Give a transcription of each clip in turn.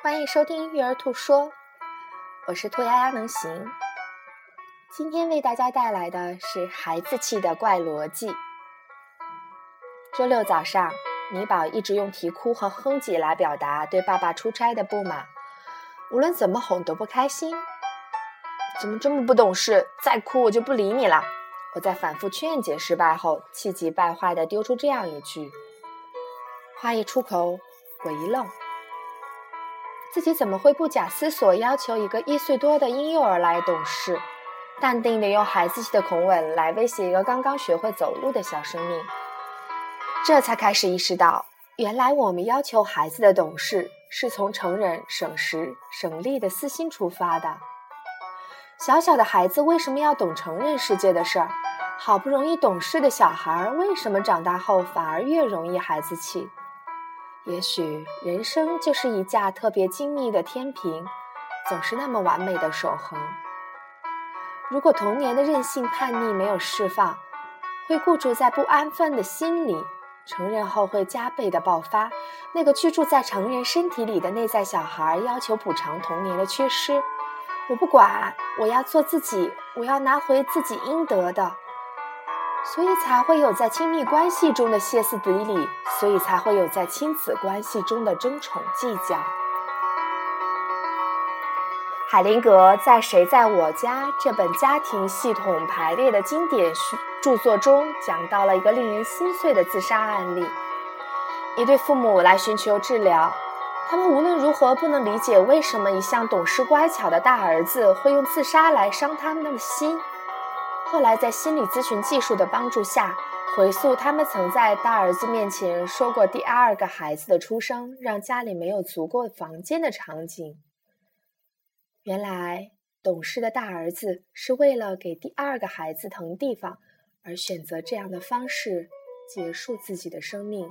欢迎收听育儿兔说，我是兔丫丫能行。今天为大家带来的是孩子气的怪逻辑。周六早上，米宝一直用啼哭和哼唧来表达对爸爸出差的不满，无论怎么哄都不开心。怎么这么不懂事，再哭我就不理你了。我在反复劝解失败后，气急败坏地丢出这样一句。话一出口，我一愣，自己怎么会不假思索要求一个1岁多的婴幼儿来懂事，淡定地用孩子气的口吻来威胁一个刚刚学会走路的小生命。这才开始意识到，原来我们要求孩子的懂事是从成人省时省力的私心出发的。小小的孩子为什么要懂成人世界的事儿？好不容易懂事的小孩为什么长大后反而越容易孩子气？也许人生就是一架特别精密的天平，总是那么完美的守恒。如果童年的任性叛逆没有释放，会固住在不安分的心里，成人后会加倍的爆发。那个居住在成人身体里的内在小孩要求补偿童年的缺失。我不管，我要做自己，我要拿回自己应得的。所以才会有在亲密关系中的歇斯底里，所以才会有在亲子关系中的争宠计较。海灵格在《谁在我家》这本家庭系统排列的经典著作中讲到了一个令人心碎的自杀案例。一对父母来寻求治疗，他们无论如何不能理解为什么一向懂事乖巧的大儿子会用自杀来伤他们的心。后来在心理咨询技术的帮助下，回溯他们曾在大儿子面前说过第2个孩子的出生让家里没有足够房间的场景。原来懂事的大儿子是为了给第2个孩子腾地方而选择这样的方式结束自己的生命。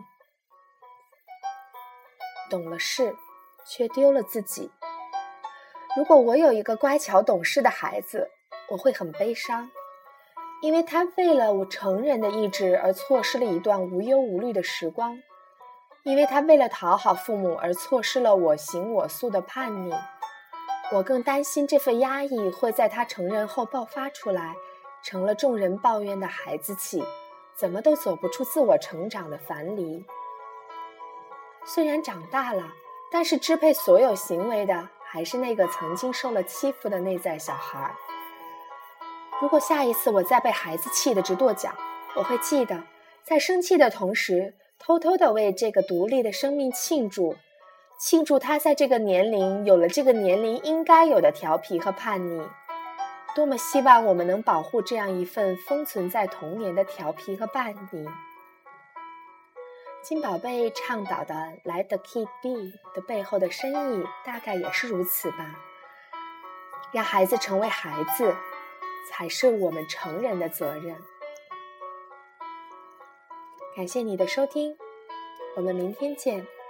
懂了事，却丢了自己。如果我有一个乖巧懂事的孩子，我会很悲伤，因为他为了我成人的意志而错失了一段无忧无虑的时光，因为他为了讨好父母而错失了我行我素的叛逆。我更担心这份压抑会在他成人后爆发出来，成了众人抱怨的孩子气，怎么都走不出自我成长的樊篱。虽然长大了，但是支配所有行为的还是那个曾经受了欺负的内在小孩。如果下一次我再被孩子气得直跺脚，我会记得在生气的同时偷偷地为这个独立的生命庆祝他在这个年龄有了这个年龄应该有的调皮和叛逆。多么希望我们能保护这样一份封存在童年的调皮和叛逆。金宝贝倡导的 Let the kid be 的背后的深意大概也是如此吧。让孩子成为孩子，才是我们成人的责任。感谢你的收听，我们明天见。